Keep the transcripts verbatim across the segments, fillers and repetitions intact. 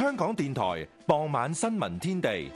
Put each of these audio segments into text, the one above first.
香港電台傍晚新聞天地。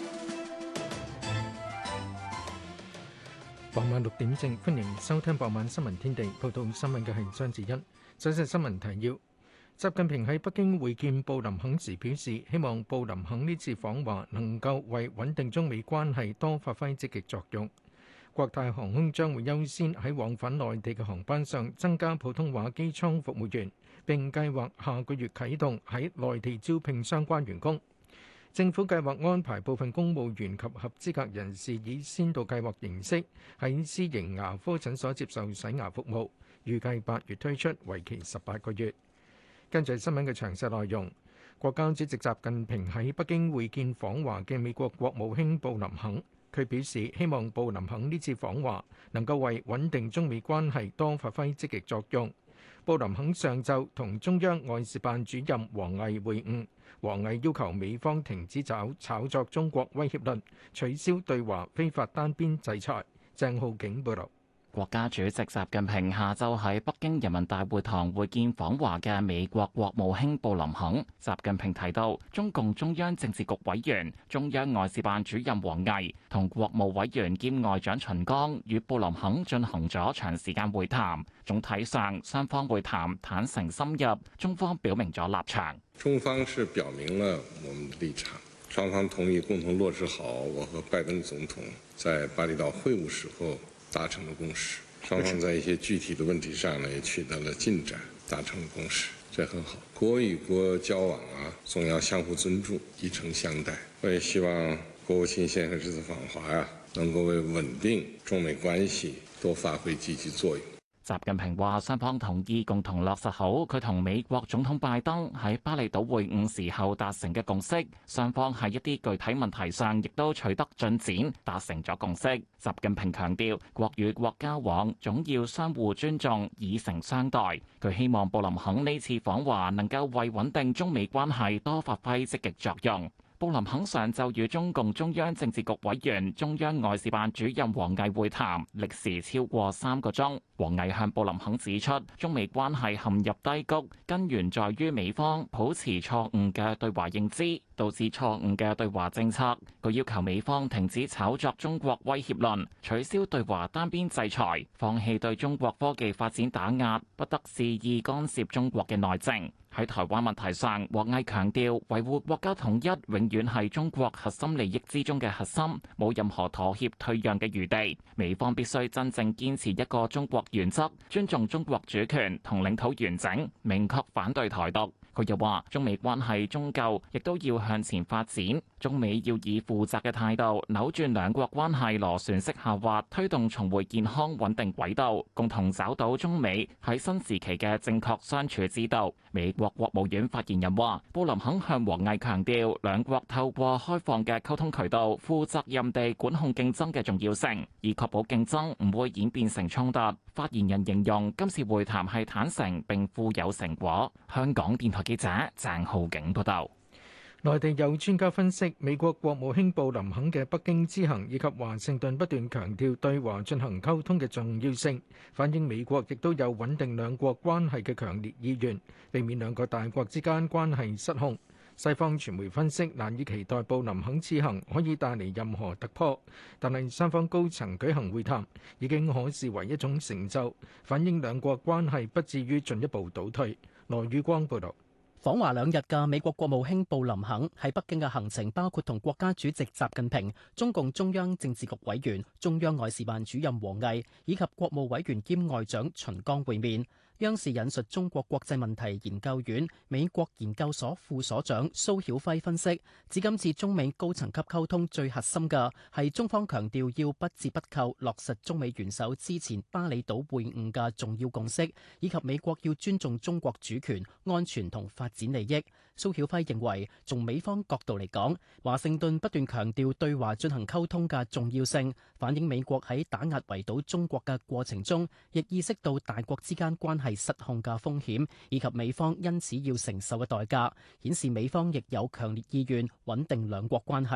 傍晚六點正，歡迎收聽傍晚新聞天地。報道新聞嘅係張智欣。首先新聞提要：習近平喺北京會見布林肯時表示，希望布林肯呢次訪華能夠為穩定中美關係多發揮積極作用。國泰航空將會優先喺往返內地嘅航班上增加普通話機艙服務員，並計劃下個月啟動喺內地招聘相關員工。政府計劃安排部分公務員及合資格人士以先導計劃形式喺私營牙科診所接受洗牙服務，預計八月推出，為期十八個月。跟住新聞嘅詳細內容，國家主席習近平喺北京會見訪華嘅美國國務卿布林肯。佢表示，希望布林肯呢次訪華能夠為穩定中美關係多發揮積極作用。布林肯上晝同中央外事辦主任王毅會晤，王毅要求美方停止炒炒作中國威脅論，取消對華非法單邊制裁。鄭浩景報導。 國家主席習近平下晝喺北京人民大會堂會見訪華嘅美國國務卿布林肯。習近平提到，中共中央政治局委員、中央外事辦主任王毅同國務委員兼外長秦剛與布林肯進行咗長時間會談。總體上，雙方會談坦誠深入，中方表明咗立場。 中方是表明了我們的立場，雙方同意共同落實好我和拜登總統在巴厘島會晤時候達成了共識，雙方在一些具體的問題上呢，也取得了進展，達成了共識，這很好。國與國交往啊，總要相互尊重，以誠相待。我也希望國務卿先生這次訪華呀，能夠為穩定中美關係多發揮積極作用。 習近平話，雙方同意共同落實好佢同美國總統拜登喺巴厘島會晤時候達成嘅共識，雙方喺一啲具體問題上亦都取得進展，達成咗共識。習近平強調，國與國交往總要相互尊重，以誠相待。佢希望布林肯呢次訪華能夠為穩定中美關係多發揮積極作用。布林肯上晝與中共中央政治局委員、中央外事辦主任王毅會談，歷時超過三個鐘。王毅向布林肯指出，中美關係陷入低谷，根源在於美方抱持錯誤嘅對華認知，導致錯誤嘅對華政策。佢要求美方停止炒作中國威脅論，取消對華單邊制裁，放棄對中國科技發展打壓，不得肆意干涉中國嘅內政。喺台灣問題上，王毅強調維護國家統一永遠係中國核心利益之中嘅核心，冇任何妥協退讓嘅餘地。美方必須真正堅持一個中國原則，尊重中國主權同領土完整，明確反對台獨。佢又話，中美關係終究亦都要向前發展，中美要以負責嘅態度扭轉兩國關係螺旋式下滑，推動重回健康穩定軌道，共同找到中美喺新時期嘅正確相處之道。美國國務院發言人話，布林肯向王毅強調，兩國透過開放嘅溝通渠道，負責任地管控競爭嘅重要性，以確保競爭唔會演變成衝突。發言人形容今次會談係坦誠並富有成果。香港電台記者鄭浩景報道。 內地有專家分析，美國國務卿布林肯嘅北京之行以及華盛頓不斷強調對華進行溝通嘅重要性，反映美國亦都有穩定兩國關係嘅強烈意願，避免兩個大國之間關係失控。西方傳媒分析，難以期待布林肯此行可以帶嚟任何突破，但係雙方高層舉行會談已經可視為一種成就，反映兩國關係不至於進一步倒退。羅宇光報導。 訪華兩日嘅美國國務卿布林肯喺北京嘅行程包括同國家主席習近平、中共中央政治局委員、中央外事辦主任王毅以及國務委員兼外長秦剛會面。央視引述中國國際問題研究院美國研究所副所長蘇曉輝分析，指今次中美高層級溝通最核心嘅係中方強調要不折不扣落實中美元首之前巴厘島會晤嘅重要共識，以及美國要尊重中國主權、安全同發展利益。蘇曉輝認為，從美方角度嚟講，華盛頓不斷強調對華進行溝通嘅重要性，反映美國喺打壓圍堵中國嘅過程中，亦意識到大國之間關係係失控嘅風險，以及美方因此要承受嘅代價，顯示美方亦有強烈意願穩定兩國關係。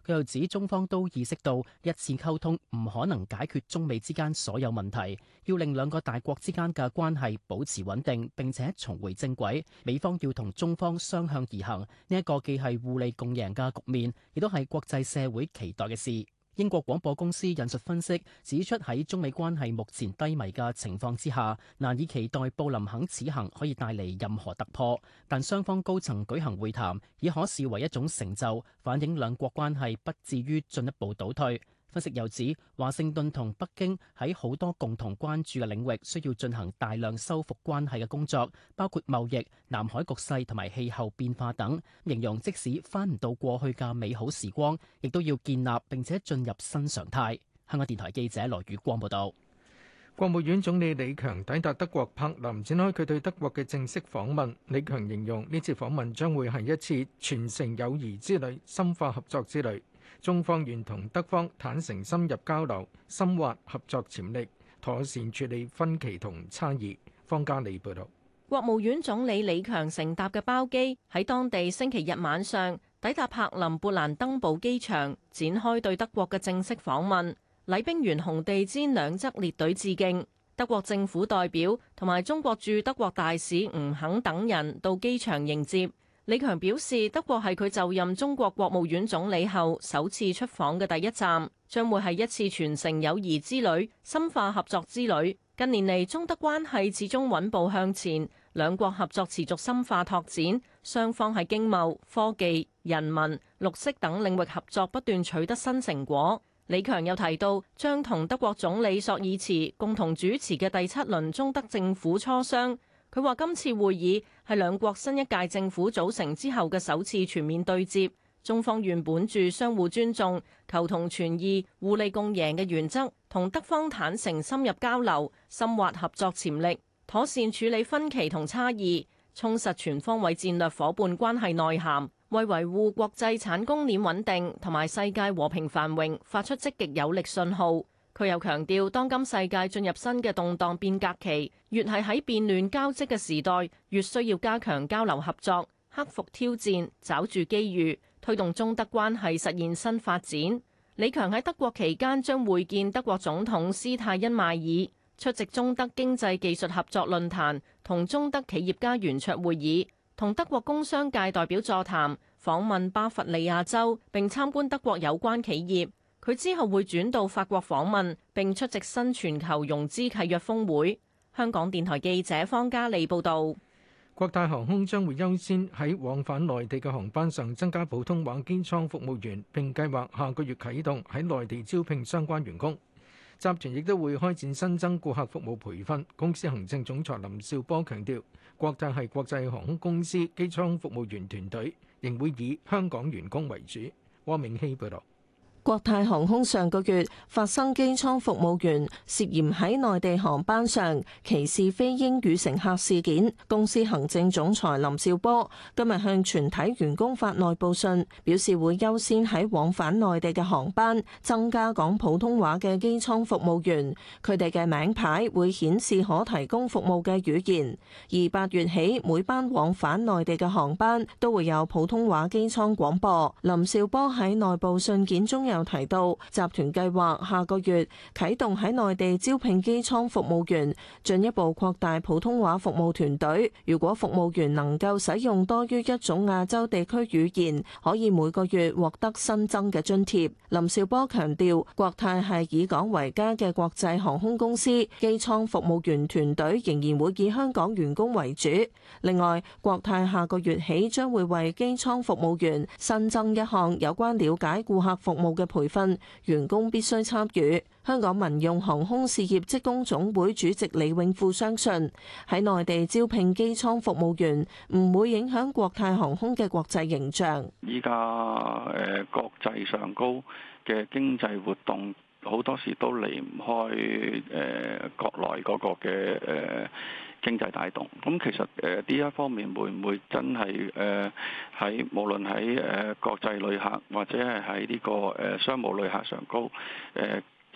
佢又指中方都意識到一次溝通唔可能解決中美之間所有問題，要令兩個大國之間嘅關係保持穩定並且重回正軌，美方要同中方相向而行，呢一個既係互利共贏嘅局面，亦都係國際社會期待嘅事。英國廣播公司引述分析指出，喺中美關係目前低迷嘅情況之下，難以期待布林肯此行可以帶嚟任何突破。但雙方高層舉行會談，已可視為一種成就，反映兩國關係不至於進一步倒退。分析又指，華盛頓同北京喺好多共同關注嘅領域需要進行大量修復關係嘅工作，包括貿易、南海局勢同埋氣候變化等。形容即使翻唔到過去嘅美好時光，亦都要建立並且進入新常態。香港電台記者羅宇光報道。 國務院總理李強抵達德國柏林，展開佢對德國嘅正式訪問。李強形容呢次訪問將會係一次傳承友誼之旅、深化合作之旅。中方願同德方坦誠深入交流，深挖合作潛力，妥善處理分歧同差異。方家利報導。 國務院總理李強乘搭嘅包機喺當地星期日晚上抵達柏林勃蘭登堡機場，展開對德國嘅正式訪問。禮兵沿紅地氈兩側列隊致敬，德國政府代表同埋中國駐德國大使吳肯等人到機場迎接。李強表示，德國係佢就任中國國務院總理後首次出訪嘅第一站，將會係一次傳承友誼之旅、深化合作之旅。近年嚟，中德關係始終穩步向前，兩國合作持續深化拓展，雙方喺經貿、科技、人民、綠色等領域合作不斷取得新成果。李強又提到，將同德國總理朔爾茨共同主持嘅第七輪中德政府磋商。佢話今次會議係兩國新一屆政府組成之後嘅首次全面對接，中方願本住相互尊重、求同存異、互利共贏嘅原則，同德方坦誠深入交流，深挖合作潛力，妥善處理分歧同差異，充實全方位戰略夥伴關係內涵，為維護國際產供鏈穩定同埋世界和平繁榮發出積極有力信號。佢又強調，當今世界進入新嘅動盪變革期，越係喺變亂交織嘅時代，越需要加強交流合作，克服挑戰，抓住機遇，推動中德關係實現新發展。李強喺德國期間將會見德國總統施泰因邁爾，出席中德經濟技術合作論壇同中德企業家圓桌會議，同德國工商界代表座談，訪問巴伐利亞州並參觀德國有關企業。佢之後會轉到法國訪問，並出席新全球融資契約峰會。香港電台記者方嘉利報導。 國泰航空將會優先喺往返內地嘅航班上增加普通話機艙服務員，並計劃下個月啟動喺內地招聘相關員工。集團亦都會開展新增顧客服務培訓。公司行政總裁林紹波強調，國泰係國際航空公司，機艙服務員團隊仍會以香港員工為主。汪明希報導。 國泰航空上個月發生機艙服務員涉嫌喺內地航班上歧視非英語乘客事件，公司行政總裁林紹波今日向全體員工發內部信，表示會優先喺往返內地嘅航班增加講普通話嘅機艙服務員，佢哋嘅名牌會顯示可提供服務嘅語言，而八月起每班往返內地嘅航班都會有普通話機艙廣播。林紹波喺內部信件中有提到，集團計劃下個月啟動喺內地招聘機艙服務員，進一步擴大普通話服務團隊。如果服務員能夠使用多於一種亞洲地區語言，可以每個月獲得新增嘅津貼。林紹波強調，國泰係以港為家嘅國際航空公司，機艙服務員團隊仍然會以香港員工為主。另外，國泰下個月起將會為機艙服務員新增一項有關了解顧客服務嘅培訓，員工必須參與。香港民用航空事業職工總會主席李永富相信，喺內地招聘機艙服務員唔會影響國泰航空嘅國際形象。 依家誒國際上高嘅經濟活動好多時都離唔開誒國內嗰個嘅誒經濟帶動，咁其實誒呢一方面會唔會真係誒喺無論喺誒國際旅客或者係喺呢個誒商務旅客上高誒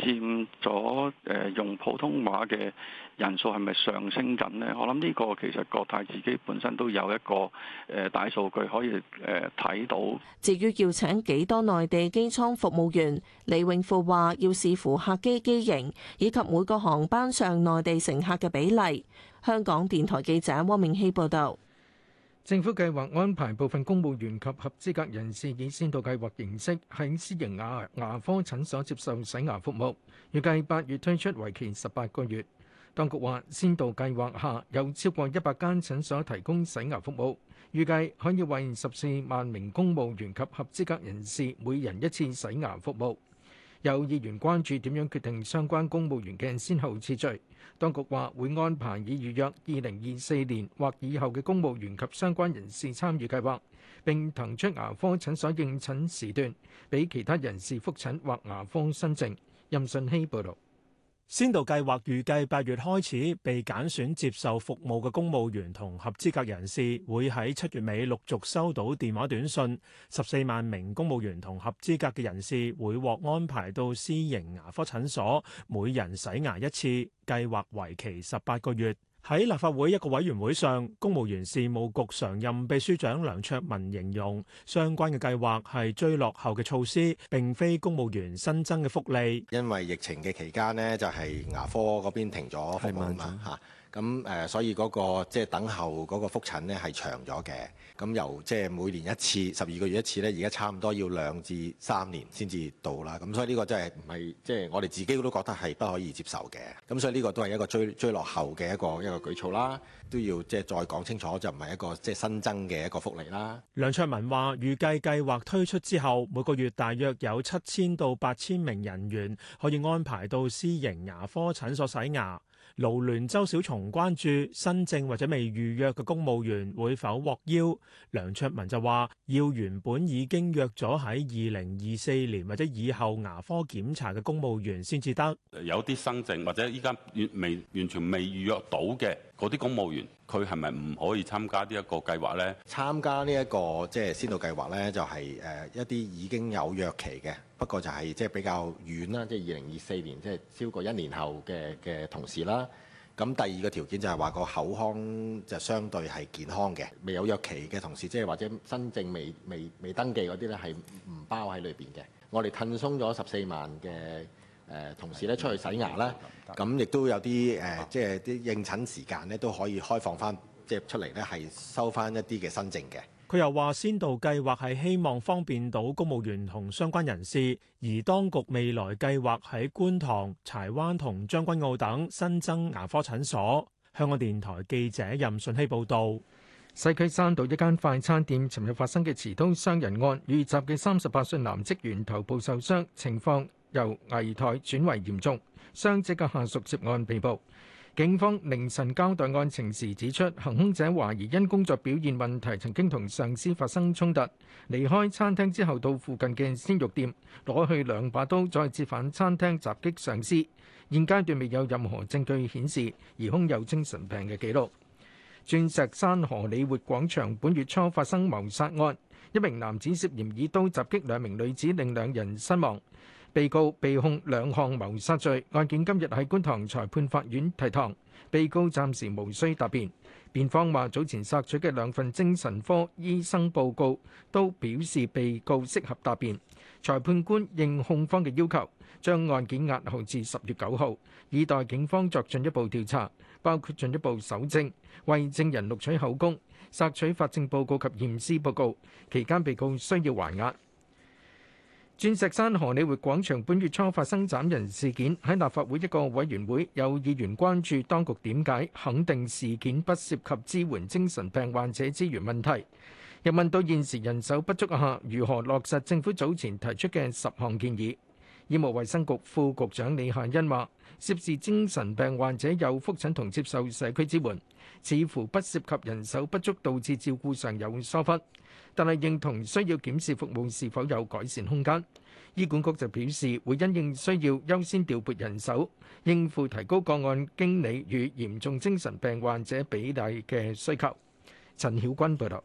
佔咗誒用普通話嘅人數係咪上升緊呢？我諗呢個其實國泰自己本身都有一個誒大數據可以誒睇到。 至於要請幾多內地機艙服務員，李永富話要視乎客機機型以及每個航班上內地乘客嘅比例。香港電台記者汪明希報導。 政府計劃安排部分公務員及合資格人士以先導計劃形式喺私營牙牙科診所接受洗牙服務，預計八月推出，為期十八個月。當局話，先導計劃下有超過一百間診所提供洗牙服務，預計可以為十四萬名公務員及合資格人士每人一次洗牙服務。有議員關注點樣決定相關公務員嘅先後次序。當局話會安排已預約二零二四年或以後嘅公務員及相關人士參與計劃，並騰出牙科診所應診時段，俾其他人士覆診或牙科新症。任信希報導。 先導計劃預計八月開始，被揀選接受服務嘅公務員同合資格人士會喺七月尾陸續收到電話短訊。十四萬名公務員同合資格嘅人士會獲安排到私營牙科診所，每人洗牙一次，計劃為期十八個月。喺立法會一個委員會上，公務員事務局常任秘書長梁卓文形容相關嘅計劃係追落後嘅措施，並非公務員新增嘅福利。 因為疫情嘅期間呢，就係牙科嗰邊停咗服務嘛嚇。咁誒，所以嗰個即係等候嗰個覆診咧係長咗嘅。咁由即係每年一次，十二個月一次咧，而家差唔多要兩至三年先至到啦。咁所以呢個真係唔係即係我哋自己都覺得係不可以接受嘅。咁所以呢個都係一個追追落後嘅一個一個舉措啦。都要即係再講清楚，就唔係一個即係新增嘅一個福利啦。 梁卓文話：預計計劃推出之後，每個月大約有七千到八千名人員可以安排到私營牙科診所洗牙。勞聯周小松關注新症或者未預約嘅公務員會否獲邀。梁卓文就話：要原本已經約咗喺二零二四年或者以後牙科檢查嘅公務員先至得。 有啲新症或者依家未完全未預約到嘅嗰啲公務員，佢係咪唔可以參加呢一個計劃呢？ 參加呢一個即係先導計劃呢，就係誒一啲已經有約期嘅，不過就係即係比較遠啦，即係二零二四年，即係超過一年後嘅嘅同事啦。咁第二個條件就係話個口腔就相對係健康嘅，未有約期嘅同事，即係或者新症未未未登記嗰啲咧，係唔包喺裏邊嘅。我哋褪鬆咗十四萬嘅誒同事咧出去洗牙啦，咁亦都有啲誒即係啲應診時間咧都可以開放翻，即係出嚟咧係收翻一啲嘅新症嘅。 佢又話：先導計劃係希望方便到公務員同相關人士，而當局未來計劃喺觀塘、柴灣同將軍澳等新增牙科診所。香港電台記者任順希報導。 西區山道一間快餐店尋日發生嘅持刀傷人案，遇襲嘅三十八歲男職員頭部受傷，情況由危殆轉為嚴重，傷者嘅下屬涉案被捕。警方凌晨交代案情時指出，行兇者懷疑因工作表現問題，曾經同上司發生衝突，離開餐廳之後到附近嘅鮮肉店攞去兩把刀，再折返餐廳襲擊上司。現階段未有任何證據顯示疑兇有精神病嘅記錄。鑽石山荷里活廣場本月初發生謀殺案，一名男子涉嫌以刀襲擊兩名女子，令兩人身亡。被告被控兩項謀殺罪，案件今日喺觀塘裁判法院提堂，被告暫時無需答辯。辯方話早前索取嘅兩份精神科醫生報告都表示被告適合答辯。裁判官應控方嘅要求，將案件押後至十月九號，以待警方作進一步調查，包括進一步搜證、為證人錄取口供、索取法證報告及驗屍報告。期間被告需要還押。鑽石山荷里活廣場本月初發生斬人事件，喺立法會一個委員會有議員關注當局點解肯定事件不涉及支援精神病患者資源問題，又問到現時人手不足下如何落實政府早前提出嘅十項建議。醫務衛生局副局長李夏茵話，涉事精神病患者有覆診同接受社區支援，似乎不涉及人手不足導致照顧上有疏忽，但係認同需要檢視服務是否有改善空間。醫管局就表示會因應需要優先調撥人手，應付提高個案經理與嚴重精神病患者比例嘅需求。陳曉君報導。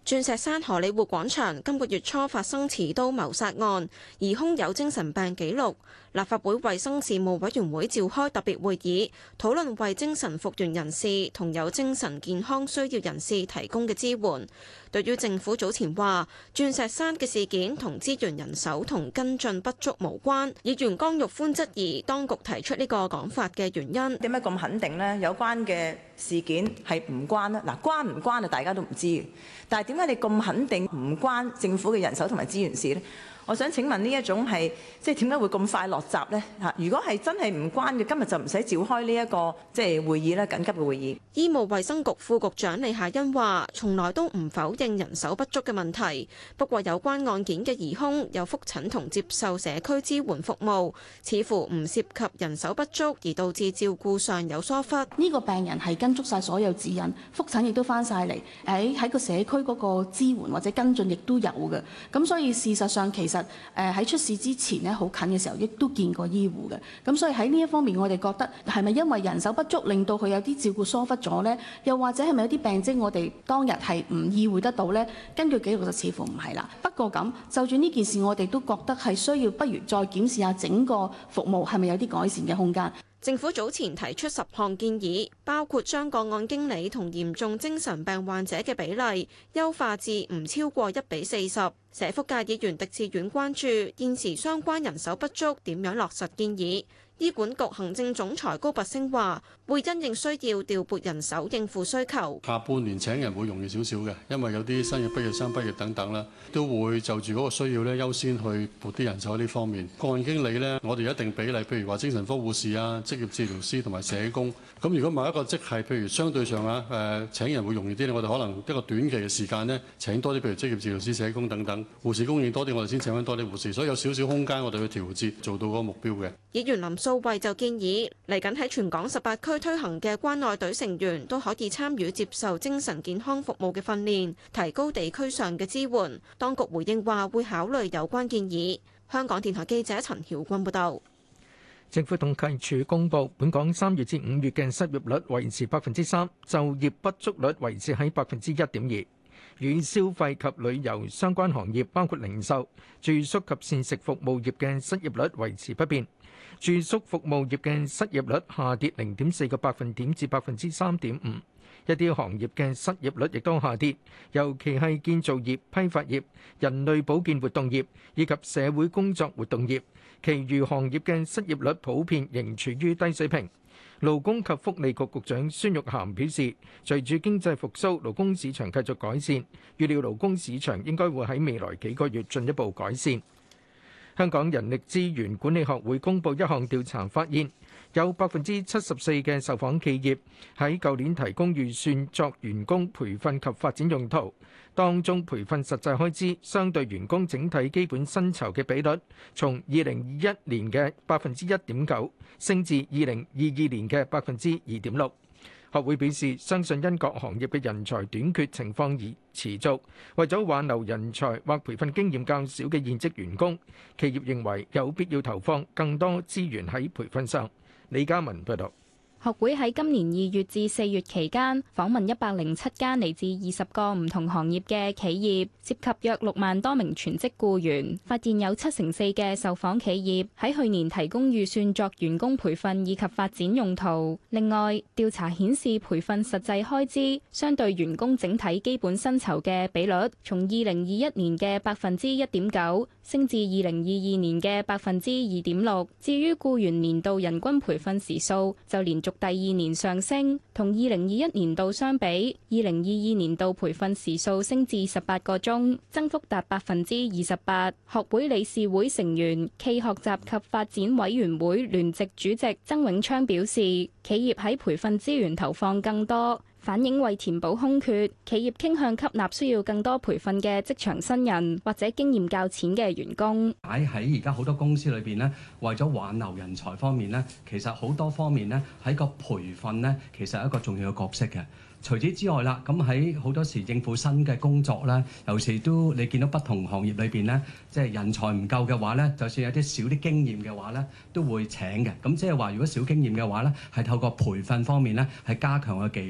鑽石山荷里活廣場今個月初發生持刀謀殺案，疑兇有精神病記錄。立法會衛生事務委員會召開特別會議，討論為精神復原人士同有精神健康需要人士提供嘅支援。對於政府早前話鑽石山嘅事件同資源人手同跟進不足無關，議員江玉歡質疑當局提出呢個講法嘅原因。 點解咁肯定呢？有關嘅事件係唔關呢？嗱，關唔關啊？大家都唔知。但係點解你咁肯定唔關政府嘅人手同埋資源事呢？我想請問呢一種係即係點解會咁快落閘呢？嚇，如果係真係唔關嘅，今日就唔使召開呢一個即係會議咧，緊急嘅會議。 醫務衛生局副局長李夏欣話，從來都唔否認人手不足嘅問題，不過有關案件嘅疑兇有覆診同接受社區支援服務，似乎唔涉及人手不足而導致照顧上有疏忽。 呢個病人係跟足晒所有指引，覆診亦都翻晒嚟，喺喺個社區嗰個支援或者跟進亦都有嘅。咁所以事實上其實誒喺出事之前咧，好近嘅時候亦都見過醫護嘅。咁所以喺呢一方面，我哋覺得係咪因為人手不足令到佢有啲照顧疏忽咗呢？又或者係咪有啲病徵我哋當日係唔意會得到呢？根據記錄就似乎唔係啦。不過咁就住呢件事，我哋都覺得係需要不如再檢視下整個服務係咪有啲改善嘅空間。 政府早前提出十項建議，包括將個案經理同嚴重精神病患者嘅比例優化至唔超過一比四十。社福界議員狄志遠關注現時相關人手不足，點樣落實建議？醫管局行政總裁高拔陞話：會因應需要調撥人手應付需求。 下半年請人會容易少少嘅，因為有啲新嘅畢業生畢業等等啦，都會就住嗰個需要咧優先去撥啲人手喺呢方面。個案經理呢，我哋一定比例，譬如話精神科護士啊、職業治療師同埋社工。咁如果某一個職系，譬如相對上啊誒、呃、請人會容易啲，我哋可能一個短期嘅時間呢，請多啲，譬如職業治療師、社工等等。護士供應多啲，我哋先請翻多啲護士，所以有少少空間我哋去調節，做到嗰個目標嘅。 議員林素慧就建議嚟緊喺全港十八區推行嘅關愛隊成員都可以參與接受精神健康服務嘅訓練，提高地區上嘅支援。當局回應話會考慮有關建議。香港電台記者陳曉君報導。 政府統計處公佈，本港三月至五月嘅失業率維持百分之三，就業不足率維持喺百分之一點二。與消費及旅遊相關行業，包括零售、住宿及膳食服務業嘅失業率維持不變。住宿服務業嘅失業率下跌零點四個百分點至百分之三點五。一啲行業嘅失業率亦都下跌，尤其係建造業、批發業、人類保健活動業以及社會工作活動業。其餘行業嘅失業率普遍仍處於低水平。勞工及福利局局長孫玉菡表示，隨住經濟復甦，勞工市場繼續改善，預料勞工市場應該會喺未來幾個月進一步改善。香港人力資源管理學會公佈一項調查發現，有百分之七十四嘅受訪企業喺舊年提供預算作員工培訓及發展用途，當中培訓實際開支相對員工整體基本薪酬嘅比率，從二零二一年嘅百分之一點九升至二零二二年嘅百分之二點六。學會表示，相信因各行業嘅人才短缺情況而持續，為咗挽留人才或培訓經驗較少嘅現職員工，企業認為有必要投放更多資源喺培訓上。李嘉文報道。 學會喺今年二月至四月期間訪問一百零七間嚟自二十個唔同行業嘅企業，涉及約六萬多名全職僱員，發現有七成四嘅受訪企業喺去年提供預算作員工培訓以及發展用途。另外，調查顯示培訓實際開支相對員工整體基本薪酬嘅比率，從二零二一年嘅百分之一點九升至二零二二年嘅百分之二點六。至於僱員年度人均培訓時數，就連續第二年上升，同二零二一年度相比，二零二二年度培訓時數升至十八個鐘，增幅達百分之二十八。學會理事會成員暨學習及發展委員會聯席主席曾永昌表示，企業喺培訓資源投放更多，反映為填補空缺，企業傾向吸納需要更多培訓嘅職場新人或者經驗較淺嘅員工。 喺喺而家好多公司裏邊咧，為咗挽留人才方面咧，其實好多方面咧喺個培訓咧，其實係一個重要嘅角色嘅。除此之外啦，咁喺好多時應付新嘅工作咧，尤其都你見到不同行業裏邊咧，即係人才唔夠嘅話咧，就算有啲少啲經驗嘅話咧，都會請嘅。咁即係話，如果少經驗嘅話咧，係透過培訓方面咧，係加強個技能。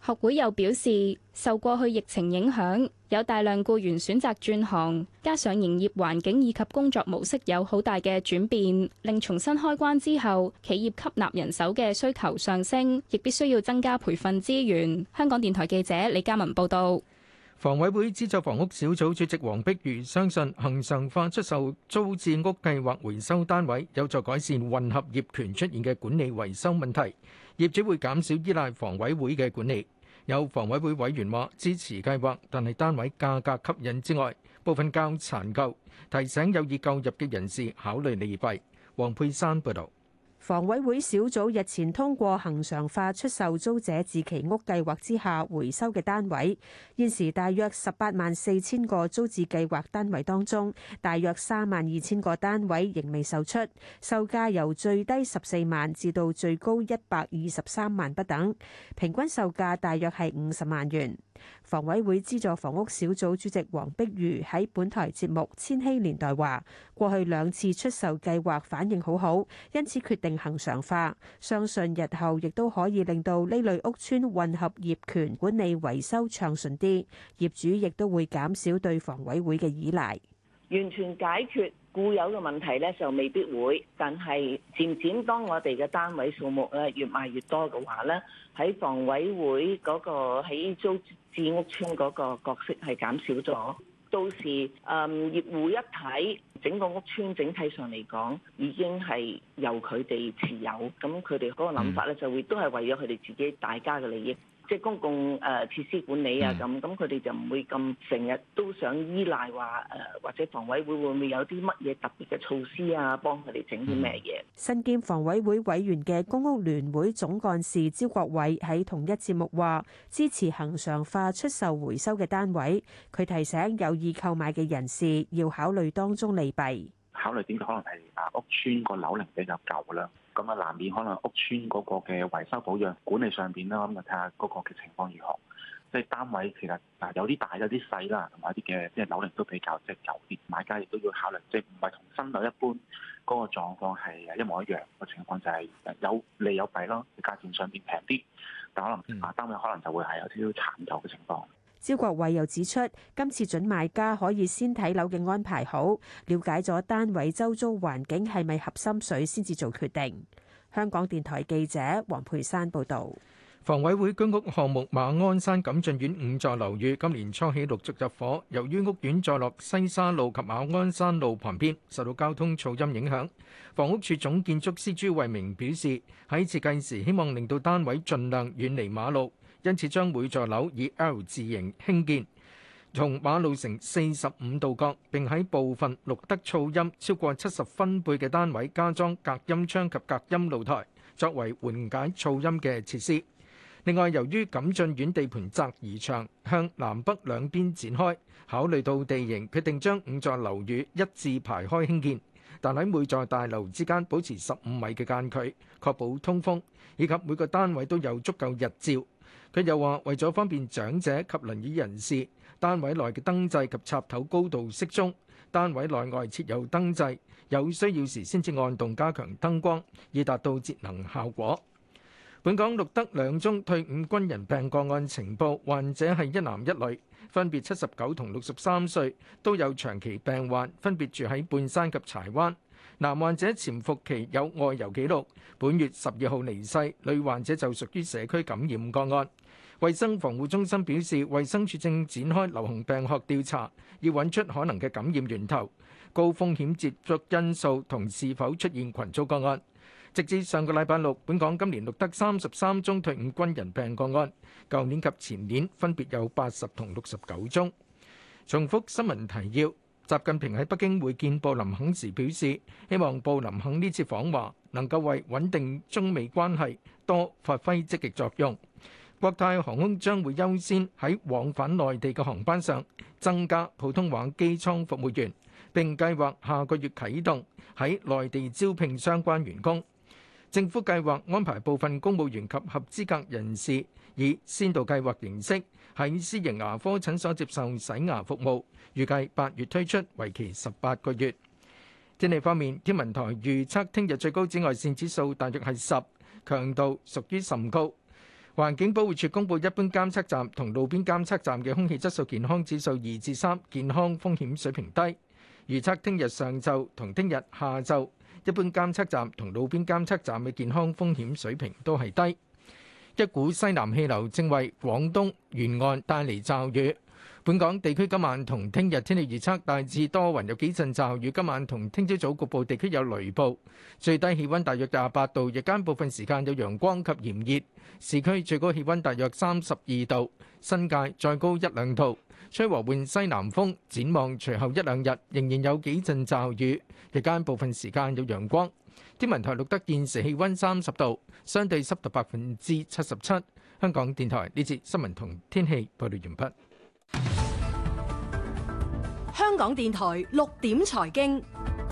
學會又表示，受過去疫情影響，有大量僱員選擇轉行，加上營業環境以及工作模式有好大嘅轉變，令重新開關之後，企業吸納人手嘅需求上升，亦必須要增加培訓資源。香港電台記者李嘉文報道。 房委會資助房屋小組主席黃碧如相信，恆常化出售租置屋計劃回收單位有助改善混合業權出現嘅管理維修問題，業主會減少依賴房委會嘅管理。有房委會委員話支持計劃，但係單位價格吸引之外，部分較殘舊，提醒有意購入嘅人士考慮利弊。黃佩珊報導。 房委會小組日前通過恆常化出售租者置其屋計劃之下回收嘅單位，現時大約十八萬四千個租置計劃單位當中，大約三萬二千個單位仍未售出，售價由最低十四萬至到最高一百二十三萬不等，平均售價大約係五十萬元。房委會資助房屋小組主席黃碧如喺本台節目《千禧年代》話：過去兩次出售計劃反應好好，因此決定恆常化，相信日後亦都可以令到呢類屋邨混合業權管理維修暢順啲，業主亦都會減少對房委會嘅依賴。 完全解決固有嘅問題咧，就未必會，但係漸漸當我哋嘅單位數目咧越賣越多嘅話咧，喺房委會嗰個喺租置屋邨嗰個角色係減少咗。到時誒、嗯、業戶一睇整個屋邨整體上嚟講已經係由佢哋持有，咁佢哋嗰個諗法咧就會都係為咗佢哋自己大家嘅利益。即係公共誒設施管理啊，咁咁佢哋就唔會咁成日都想依賴話誒，或者房委會會唔會有啲乜嘢特別嘅措施啊，幫佢哋整啲咩嘢？ 身兼房委會委員嘅公屋聯會總幹事招國偉喺同一節目話，支持恆常化出售回收嘅單位。佢提醒有意購買嘅人士要考慮當中利弊。 考慮點解可能係啊屋邨個樓齡比較舊啦。咁啊，難免可能屋邨嗰個嘅維修保養管理上邊啦，咁就睇下嗰個嘅情況如何。即係單位其實啊有啲大有啲細啦，同埋啲嘅即係樓齡都比較即係舊啲，買家亦都要考慮，即係唔係同新樓一般嗰個狀況係一模一樣個情況，就係有利有弊咯。價錢上邊平啲，但可能啊單位可能就會係有少少殘舊嘅情況。 招國偉又指出，今次準買家可以先睇樓嘅安排好，了解咗單位周遭環境係咪合心水，先至做決定。香港電台記者黃佩珊報導。 房委會居屋項目馬鞍山錦駿苑五座樓宇今年初起陸續入伙，由於屋苑坐落西沙路及馬鞍山路旁邊，受到交通噪音影響。房屋署總建築師朱慧明表示，喺設計時希望令到單位盡量遠離馬路，因此將每座樓以 L 字形興建，同馬路成四十五度角，並喺部分錄得噪音超過七十分貝嘅單位加裝隔音窗及隔音露台，作為緩解噪音嘅設施。另外，由於錦駿苑地盤窄而長，向南北兩邊展開，考慮到地形，決定將五座樓宇一字排開興建，但喺每座大樓之間保持十五米嘅間距，確保通風，以及每個單位都有足夠日照。佢又話，為咗方便長者及輪椅人士，單位內嘅燈掣及插頭高度適中，單位內外設有燈掣，有需要時先至按動加強燈光，以達到節能效果。本港錄得兩宗退伍軍人病個案情報，患者係一男一女，分別七十九同六十三歲，都有長期病患，分別住喺半山及柴灣。男患者潛伏期有外遊記錄，本月十二號離世，女患者就屬於社區感染個案。衛生防護中心表示，衛生署正展開流行病學調查，要揾出可能嘅感染源頭、高風險接觸因素同是否出現群組個案。直至上個禮拜六，本港今年錄得三十三宗退伍軍人病個案，舊年及前年分別有八十同六十九宗。重複新聞提要：習近平喺北京會見布林肯時表示，希望布林肯呢次訪華能夠為穩定中美關係多發揮積極作用。國泰航空將會優先喺往返內地嘅航班上增加普通話機艙服務員，並計劃下個月啟動喺內地招聘相關員工。政府計劃安排部分公務員及合資格人士以先導計劃形式喺私營牙科診所接受洗牙服務，預計八月推出，為期十八個月。天氣方面，天文台預測聽日最高紫外線指數大約係十，強度屬於甚高。 環境保護署公布，一般監測站同路邊監測站嘅空氣質素健康指數二至三，健康風險水平低。預測聽日上晝同聽日下晝，一般監測站同路邊監測站嘅健康風險水平都係低。一股西南氣流正為廣東沿岸帶嚟驟雨。本港地區今晚同聽日天氣預測大致多雲，有幾陣驟雨。今晚同聽朝早局部地區有雷暴，最低氣溫大約廿八度，日間部分時間有陽光及炎熱。市區最高氣溫大約三十二度，新界再高一兩度。吹和緩西南風，展望隨後一兩日仍然有幾陣驟雨，日間部分時間有陽光。天文台錄得現時氣溫三十度，相對濕度百分之七十七。香港電台呢節新聞同天氣報道完畢。 香港電台六點財經，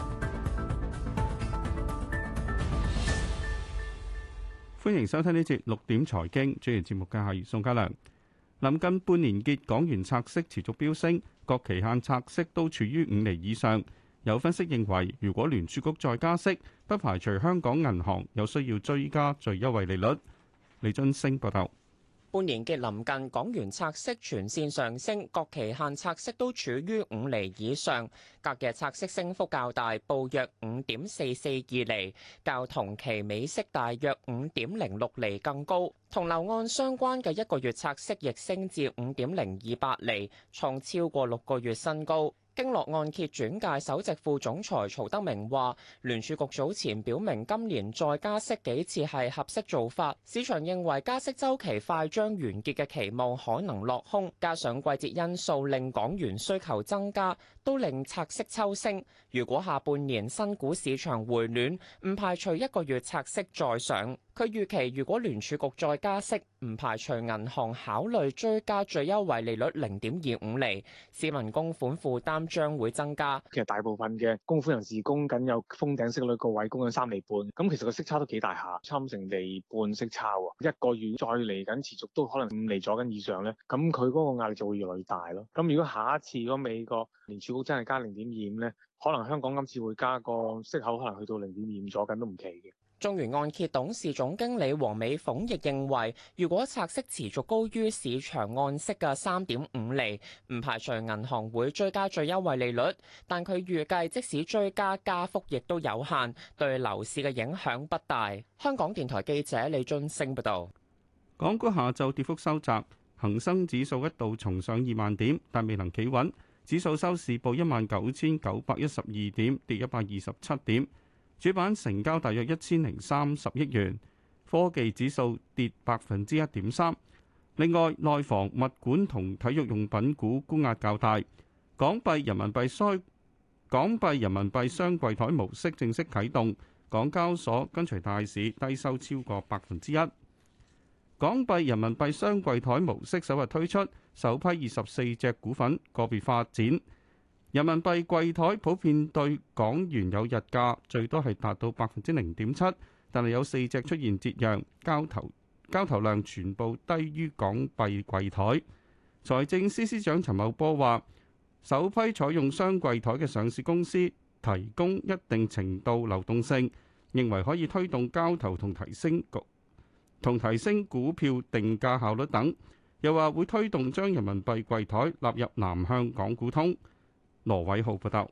歡迎收聽呢節六點財經。主持節目嘅係宋家良。臨近半年結，港元拆息持續飆升，各期限拆息都處於五厘以上。有分析認為，如果聯儲局再加息，不排除香港銀行有需要追加最優惠利率。李津升報道。 半年結臨近，港元拆息全線上升，各期限拆息都處於五厘以上。隔日拆息升幅較大，報約五點四四二厘，較同期美息大約五點零六厘更高。同樓按相關嘅一個月拆息亦升至五點零二八厘，創超過六個月新高。經絡按揭轉介首席副總裁曹德明話，聯儲局早前表明今年再加息幾次係合適做法，市場認為加息週期快將完結嘅期望可能落空，加上季節因素令港元需求增加，都令拆息抽升。如果下半年新股市場回暖，唔排除一個月拆息再上。佢預期如果聯儲局再加息，唔排除銀行考慮追加最優惠利率零點二五厘，市民供款負擔將會增加。 其實大部分嘅供款人士供緊有封頂息率個位供緊三厘半，咁其實個息差都幾大下，差唔成厘半息差喎。一個月再嚟緊持續都可能五厘左緊以上咧，咁佢嗰個壓力就會越來越大咯。咁如果下一次嗰美國聯儲局真係加零點二五咧，可能香港今次會加個息口，可能去到零點二五左緊都唔奇嘅。 中原按揭董事總經理黃美鳳亦認為，如果拆息持續高於市場按息嘅三點五厘，唔排除銀行會追加最優惠利率，但佢預計即使追加，加幅亦都有限，對樓市嘅影響不大。香港電台記者李津升報道。 港股下晝跌幅收窄，恒生指數一度重上二萬點，但未能企穩，指數收市報一萬九千九百一十二點，跌一百二十七點。主板成交大約一千零三十億元，科技指數跌百分之一點三。另外，內房、物管同體育用品股沽壓較大。港幣人民幣雙港幣人民幣雙櫃台模式正式啟動，港交所跟隨大市低收超過百分之一。港幣人民幣雙櫃台模式首日推出，首批二十四隻股份個別發展。人民幣櫃台普遍對港元有日價，最多係達到百分之零點七，但係有四隻出現折讓，交投交投量全部低於港幣櫃台。財政司司長陳茂波話，首批採用雙櫃台嘅上市公司提供一定程度流動性，認為可以推動交投同提升局同提升股票定價效率等。又話會推動將人民幣櫃台納入南向港股通。羅偉浩報道。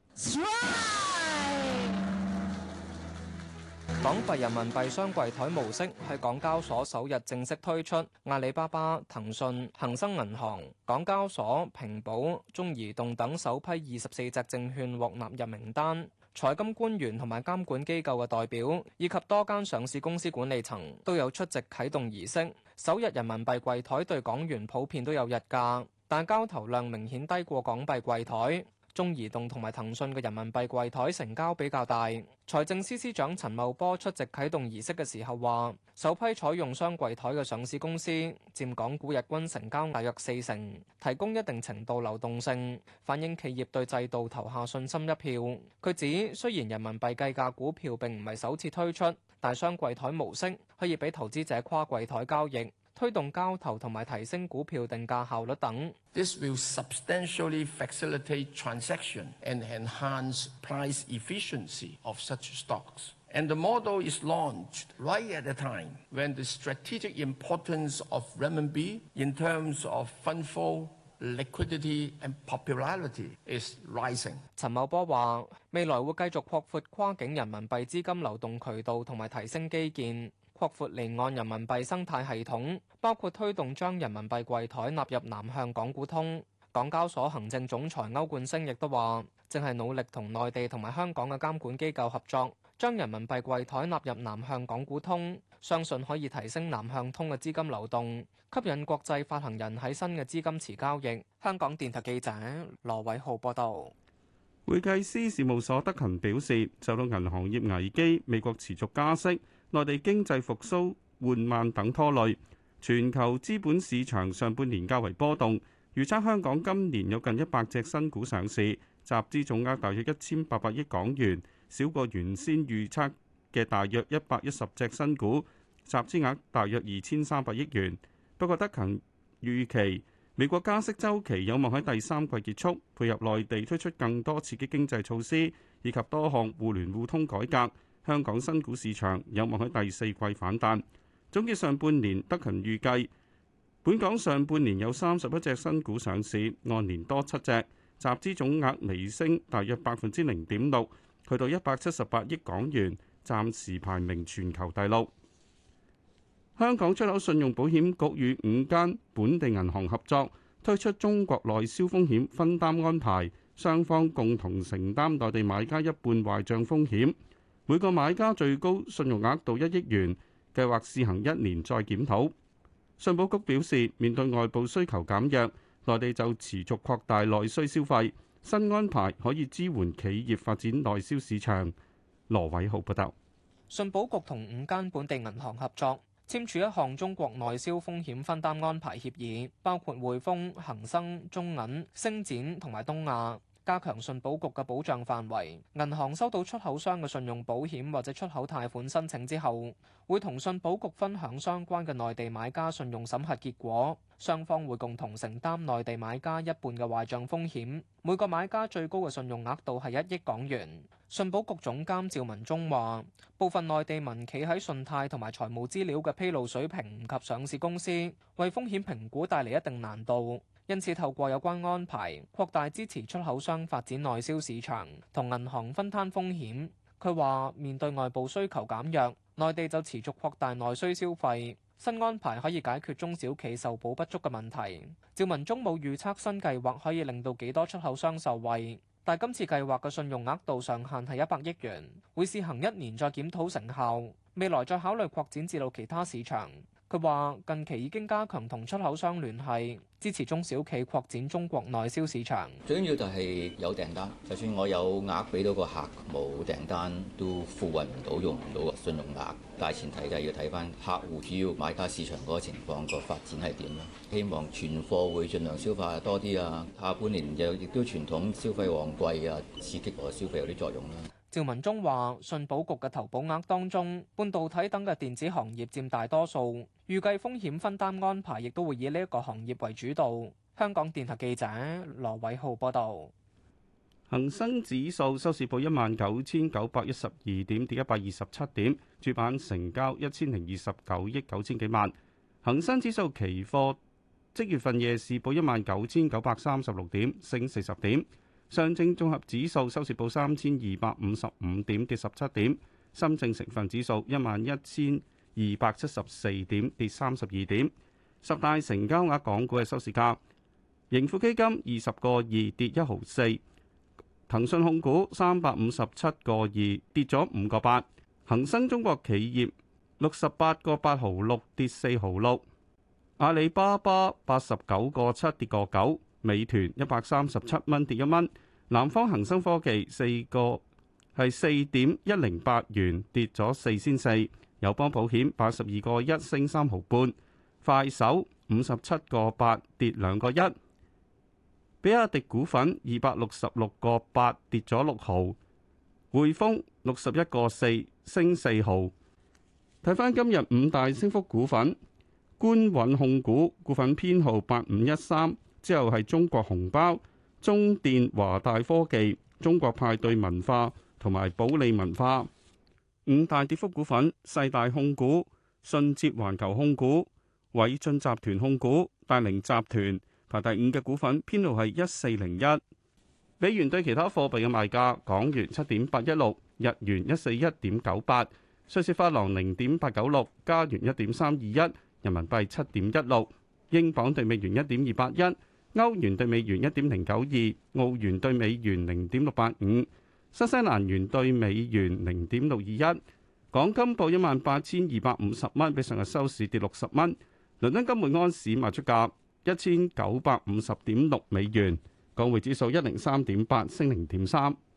港幣人民幣雙櫃台模式喺港交所首日正式推出，阿里巴巴、騰訊、恒生銀行、港交所、平保、中移動等首批二十四隻證券獲納入名單。財金官員同埋監管機構嘅代表，以及多間上市公司管理層都有出席啟動儀式。首日人民幣櫃台對港元普遍都有日價，但交投量明顯低過港幣櫃台。中移動同埋騰訊嘅人民幣櫃台成交比較大。財政司司長陳茂波出席啟動儀式嘅時候話，首批採用雙櫃台嘅上市公司佔港股日均成交大約四成，提供一定程度流動性，反映企業對制度投下信心一票。佢指雖然人民幣計價股票並唔係首次推出，但雙櫃台模式可以俾投資者跨櫃台交易，推動交投同埋提升股票定價效率等。 This will substantially facilitate transaction and enhance price efficiency of such stocks. And the model is launched right at a time when the strategic importance of renminbi in terms of fund flow, liquidity and popularity is rising. 陳茂波話：未來會繼續擴闊跨境人民幣資金流動渠道同埋提升基建，擴闊離岸人民幣生態系統，包括推動將人民幣櫃台納入南向港股通。港交所行政總裁歐冠昇亦都話，正係努力同內地同埋香港嘅監管機構合作，將人民幣櫃台納入南向港股通，相信可以提升南向通嘅資金流動，吸引國際發行人喺新嘅資金池交易。香港電台記者羅偉浩報道。 會計師事務所德勤表示，受到銀行業危機、美國持續加息、內地經濟復甦緩慢等拖累，全球資本市場上半年較為波動。預測香港今年有近一百隻新股上市，集資總額大約一千八百億港元，少過原先預測嘅大約一百一十隻新股，集資額大約二千三百億元。不過德勤預期美國加息週期有望喺第三季結束，配合內地推出更多刺激經濟措施，以及多項互聯互通改革，香港新股市場有望喺第四季反彈。總結上半年，德勤預計本港上半年有三十一隻新股上市，按年多七隻，集資總額微升大約百分之零點六，去到一百七十八億港元，暫時排名全球第六。香港出口信用保險局與五間本地銀行合作，推出中國內銷風險分擔安排，雙方共同承擔內地買家一半壞帳風險，每個買家最高信用額度一億元，計劃試行一年再檢討。信保局表示，面對外部需求減弱，內地就持續擴大內需消費，新安排可以支援企業發展內銷市場。羅偉浩報道。 信保局同五間本地銀行合作，簽署一項中國內銷風險分擔安排協議，包括匯豐、恒生、中銀、星展同埋東亞，加強信保局嘅保障範圍。銀行收到出口商嘅信用保險或者出口貸款申請之後，會同信保局分享相關嘅內地買家信用審核結果，雙方會共同承擔內地買家一半嘅壞帳風險，每個買家最高嘅信用額度係一億港元。信保局總監趙文忠話，部分內地民企喺信貸同埋財務資料嘅披露水平唔及上市公司，為風險評估帶嚟一定難度，因此透過有關安排，擴大支持出口商發展內銷市場，同銀行分攤風險。佢話面對外部需求減弱，內地就持續擴大內需消費，新安排可以解決中小企受保不足嘅問題。趙文忠冇預測新計劃可以令到幾多出口商受惠，但今次計劃嘅信用額度上限係一百億元，會試行一年再檢討成效，未來再考慮擴展至到其他市場。佢話近期已經加強同出口商聯繫，支持中小企擴展中國內銷市場。 最緊要就係有訂單，就算我有額俾到個客，冇訂單都付運唔到，用唔到個信用額。大前提就係要睇翻客戶主要買家市場嗰個情況，個發展係點啦。希望存貨會盡量消化多啲啊，下半年又亦都傳統消費旺季啊，刺激我消費有啲作用啦。 趙文忠話：信保局嘅投保額當中，半導體等嘅電子行業佔大多數，預計風險分擔安排亦都會以呢一個行業為主導。香港電台記者羅偉浩報道。 恒生指數收市報一萬九千九百一十二點，跌一百二十七點，主板成交一千零二十九億九千幾萬。恒生指數期貨即月份夜市報一萬九千九百三十六點，升四十點。上證綜合指數收市報三千二百五十五點，跌十七點。深證成分指數一萬一千二百七十四點，跌三十二點。十大成交額港股嘅收市價：盈富基金二十個二跌一毫四，騰訊控股三百五十七個二跌咗五個八，恒生中國企業六十八個八毫六跌四毫六，阿里巴巴八十九個七跌個九。美團一百三十七蚊跌一蚊，南方恒生科技四個係四點一零八元跌咗四仙四，友邦保險八十二個一升三毫半，快手五十七個八跌兩個一，比亞迪股份二百六十六個八跌咗六毫，匯豐六十一個四升四毫。睇返今日五大升幅股份，官允控股股份編號八五一三。之後係中國紅包、中電、華大科技、中國派對文化同埋保利文化。 五大跌幅股份：世大控股、信捷環球控股、偉進集團控股、大寧集團。排第五嘅股份編號係一四零一。美元對其他貨幣嘅賣價：港元七點八一六，日元一四一點九八，瑞士法郎零點八九六，加元一點三二一，人民幣七點一六，英鎊對美元一點二八一，歐元對美元一點零九二，澳元對美元零點六八五，新西蘭元對美元零點六二一。港金報一萬八千二百五十蚊，比上日收市跌六十蚊。倫敦金每安士賣出價一千九百五十點六美元。港匯指數一零三點八，升零點三。